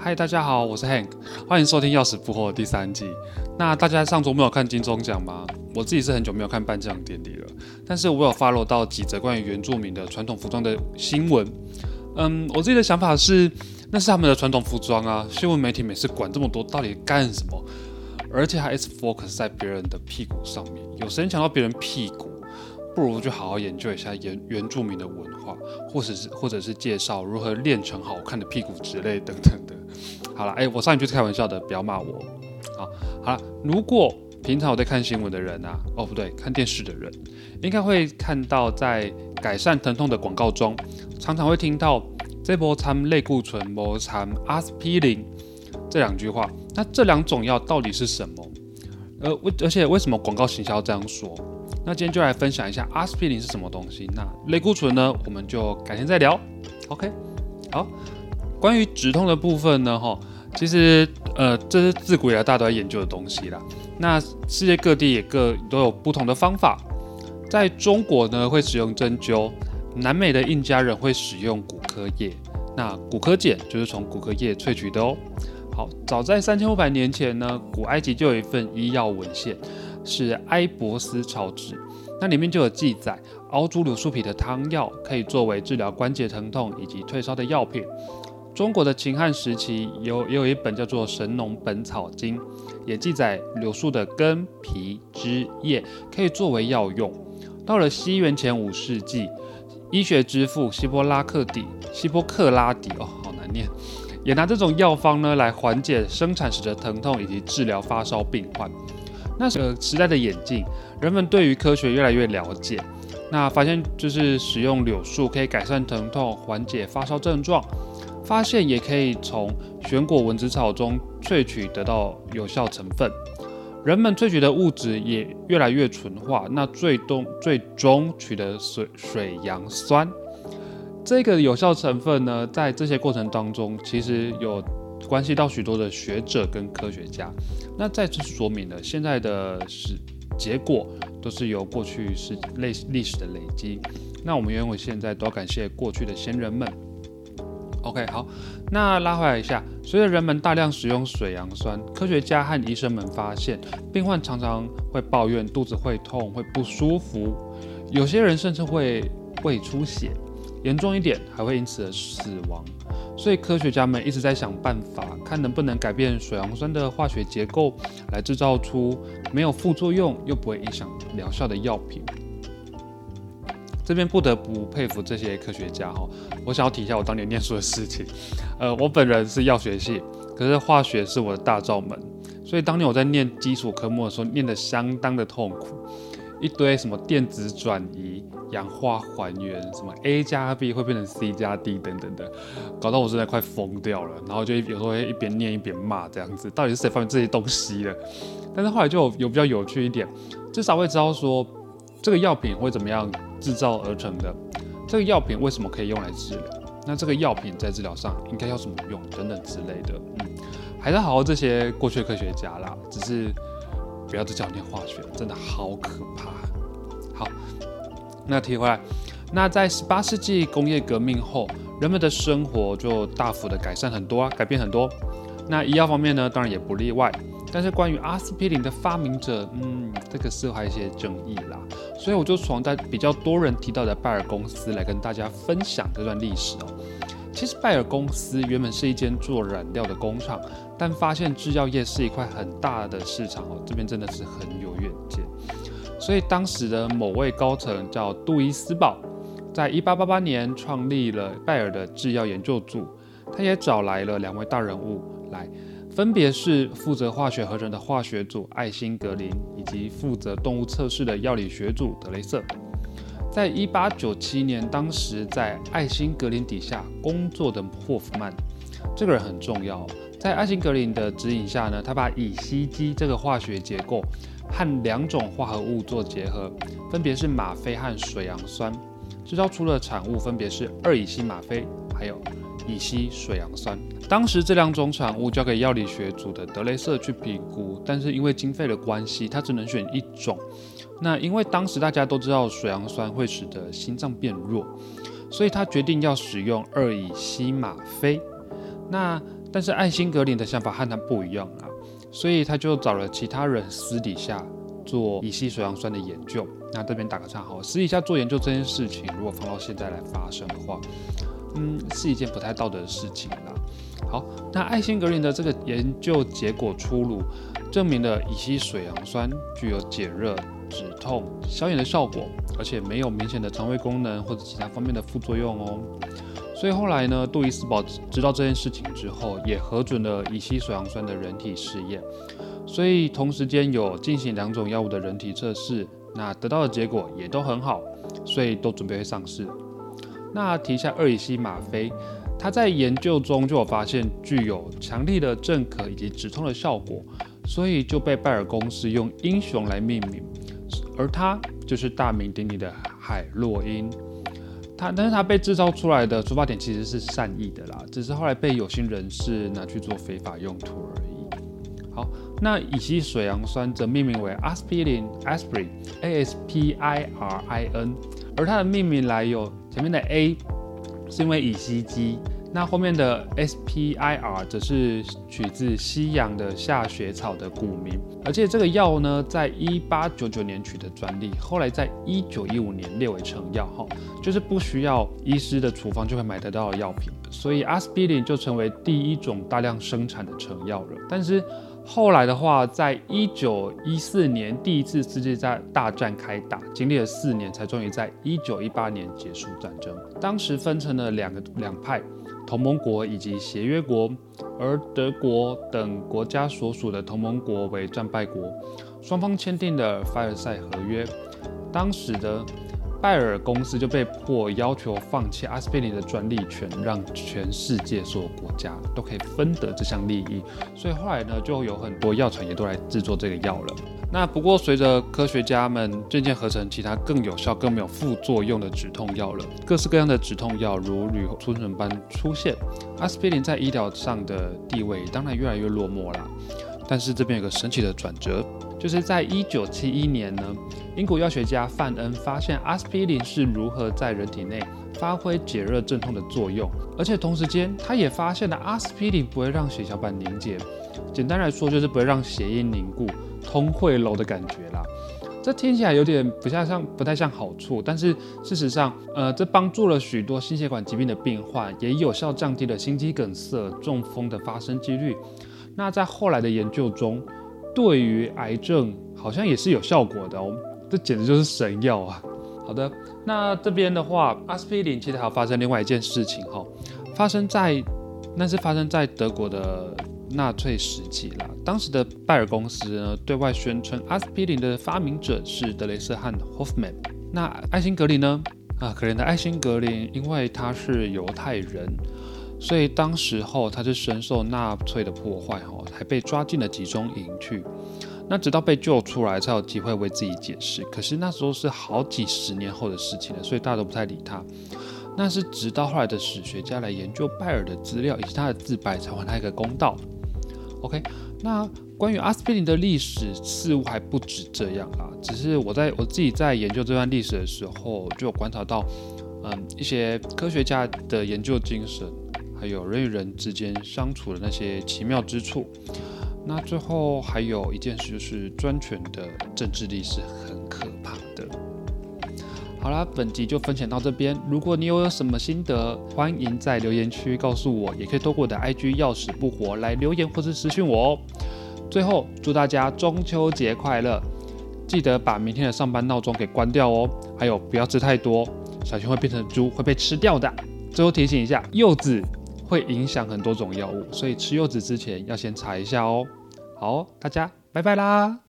嗨，大家好，我是 Hank， 欢迎收听《要死不活》第3季。那大家上周没有看金钟奖吗？我自己是很久没有看颁奖典礼了，但是我有 follow 到几则关于原住民的传统服装的新闻。我自己的想法是，那是他们的传统服装啊，新闻媒体每次管这么多，到底干什么？而且还一直 focus 在别人的屁股上面，有时间抢到别人屁股，不如就好好研究一下原住民的文化，或者是介绍如何练成好看的屁股之类等等的。好了，我上一句是开玩笑的，不要骂我。好了，如果平常有在看新闻的人啊，不对，看电视的人，应该会看到在改善疼痛的广告中，常常会听到这波掺类固醇，波掺阿司匹林这2句话。那这2种药到底是什么？而且为什么广告行销这样说？那今天就来分享一下阿司匹林是什么东西。那类固醇呢，我们就改天再聊。OK， 好。关于止痛的部分呢，其实这是自古以来大家都在研究的东西啦。那世界各地也都有不同的方法。在中国呢，会使用针灸；南美的印加人会使用骨科叶。那骨科碱就是从骨科叶萃取的哦。好，早在3500年前呢，古埃及就有一份医药文献，是埃博斯草纸。那里面就有记载，熬煮柳树皮的汤药可以作为治疗关节疼痛以及退烧的药品。中国的秦汉时期也有一本叫做《神农本草经》，也记载柳树的根、皮、枝、叶可以作为药用。到了西元前5世纪，医学之父希波克拉底好难念，也拿这种药方呢来缓解生产时的疼痛以及治疗发烧病患。那时代的演进，人们对于科学越来越了解，那发现就是使用柳树可以改善疼痛、缓解发烧症状。发现也可以从旋果蚊子草中萃取得到有效成分，人们萃取的物质也越来越纯化，那最终取得水杨酸。这个有效成分呢，在这些过程当中，其实有关系到许多的学者跟科学家。那再次说明了现在的结果都是由过去历史的累积。那我们因为现在都要感谢过去的先人们。OK， 好，那拉回来一下，随着人们大量使用水杨酸，科学家和医生们发现，病患常常会抱怨肚子会痛、会不舒服，有些人甚至会胃出血，严重一点还会因此而死亡。所以科学家们一直在想办法，看能不能改变水杨酸的化学结构，来制造出没有副作用又不会影响疗效的药品。这边不得不佩服这些科学家我想要提一下我当年念书的事情。我本人是药学系，可是化学是我的大罩门，所以当年我在念基础科目的时候，念得相当的痛苦，一堆什么电子转移、氧化还原，什么 A 加 B 会变成 C 加 D 等等的，搞到我真的快疯掉了。然后就有时候会一边念一边骂，这样子到底是谁发明这些东西的？但是后来就有比较有趣一点，至少会知道说这个药品会怎么样制造而成的，这个药品为什么可以用来治疗，那这个药品在治疗上应该要怎么用等等之类的。还是好好这些过去的科学家啦，只是不要再叫我念化学，真的好可怕。好，那提回来，那在18世纪工业革命后，人们的生活就大幅的改变很多。那医药方面呢，当然也不例外。但是关于阿司匹林的发明者，这个是还有一些争议啦，所以我就从在比较多人提到的拜耳公司来跟大家分享这段历史其实拜耳公司原本是一间做染料的工厂，但发现制药业是一块很大的市场这边真的是很有远见，所以当时的某位高层叫杜伊斯堡，在1888年创立了拜耳的制药研究组，他也找来了2位大人物来。分别是负责化学合成的化学组艾辛格林，以及负责动物测试的药理学组德雷瑟。在1897年，当时在艾辛格林底下工作的霍夫曼，这个人很重要。在艾辛格林的指引下呢，他把乙烯基这个化学结构和2种化合物做结合，分别是吗啡和水杨酸，制造出的产物分别是2乙烯吗啡，还有乙烯水杨酸。当时这2种产物交给药理学组的德雷瑟去评估，但是因为经费的关系，他只能选1种。那因为当时大家都知道水杨酸会使得心脏变弱，所以他决定要使用2乙烯吗啡。那但是艾辛格林的想法和他不一样啊，所以他就找了其他人私底下做乙烯水杨酸的研究。那这边打个岔好，私底下做研究这件事情，如果放到现在来发生的话，是一件不太道德的事情啦。好，那艾辛格林的这个研究结果出炉，证明了乙烯水杨酸具有解热、止痛、消炎的效果，而且没有明显的肠胃功能或者其他方面的副作用哦。所以后来呢，杜伊斯堡知道这件事情之后，也核准了乙烯水杨酸的人体试验。所以同时间有进行2种药物的人体测试，那得到的结果也都很好，所以都准备会上市。那提一下2乙烯吗啡，它在研究中就有发现具有强力的镇咳以及止痛的效果，所以就被拜耳公司用英雄来命名，而它就是大名鼎鼎的海洛因。但是它被制造出来的出发点其实是善意的啦，只是后来被有心人士拿去做非法用途而已。好，那乙烯水杨酸则命名为 Aspirin， 而它的命名来由，前面的 A 是因为乙烯基，那后面的 SPIR 则是取自西洋的下雪草的古名。而且这个药呢，在1899年取得专利，后来在1915年列为成药，就是不需要医师的处方就可以买得到的药品，所以 Aspirin 就成为第一种大量生产的成药了。但是后来的话，在1914年第一次世界大战开打，经历了4年，才终于在1918年结束战争。当时分成了两派，同盟国以及协约国，而德国等国家所属的同盟国为战败国，双方签订了凡尔赛合约。当时的拜耳公司就被迫要求放弃阿司匹林的专利权，让全世界所有国家都可以分得这项利益。所以后来呢，就有很多药厂也都来制作这个药了。那不过随着科学家们渐渐合成其他更有效、更没有副作用的止痛药了，各式各样的止痛药如雨后春笋般出现，阿司匹林在医疗上的地位当然越来越落寞啦。但是这边有个神奇的转折，就是在1971年呢，英国药学家范恩发现阿司匹林是如何在人体内发挥解热镇痛的作用，而且同时间他也发现了阿司匹林不会让血小板凝结，简单来说就是不会让血液凝固，通会楼的感觉啦。这听起来有点不太像好处，但是事实上，这帮助了许多心血管疾病的病患，也有效降低了心肌梗塞、中风的发生几率。那在后来的研究中，对于癌症好像也是有效果的哦，这简直就是神药啊！好的，那这边的话，阿司匹林其实还有发生另外一件事情哈，那是发生在德国的纳粹时期啦。当时的拜耳公司呢，对外宣称阿司匹林的发明者是德雷瑟和 Hoffman。那艾辛格林呢？可怜的艾辛格林，因为他是犹太人，所以当时候他是深受纳粹的破坏，还被抓进了集中营去。那直到被救出来，才有机会为自己解释。可是那时候是好几十年后的事情了，所以大家都不太理他。那是直到后来的史学家来研究拜耳的资料以及他的自白，才还他一个公道。OK， 那关于阿司匹林的历史似乎还不止这样啦，只是我自己在研究这段历史的时候，就有观察到，一些科学家的研究精神，还有人与人之间相处的那些奇妙之处。那最后还有一件事，就是专权的政治力是很可怕的。好啦，本集就分享到这边。如果你有什么心得，欢迎在留言区告诉我，也可以透过我的 IG 要死不活来留言或是私讯我哦。最后，祝大家中秋节快乐！记得把明天的上班闹钟给关掉哦。还有，不要吃太多，小心会变成猪，会被吃掉的。最后提醒一下，柚子会影响很多种药物，所以吃柚子之前要先查一下哦。好，大家拜拜啦！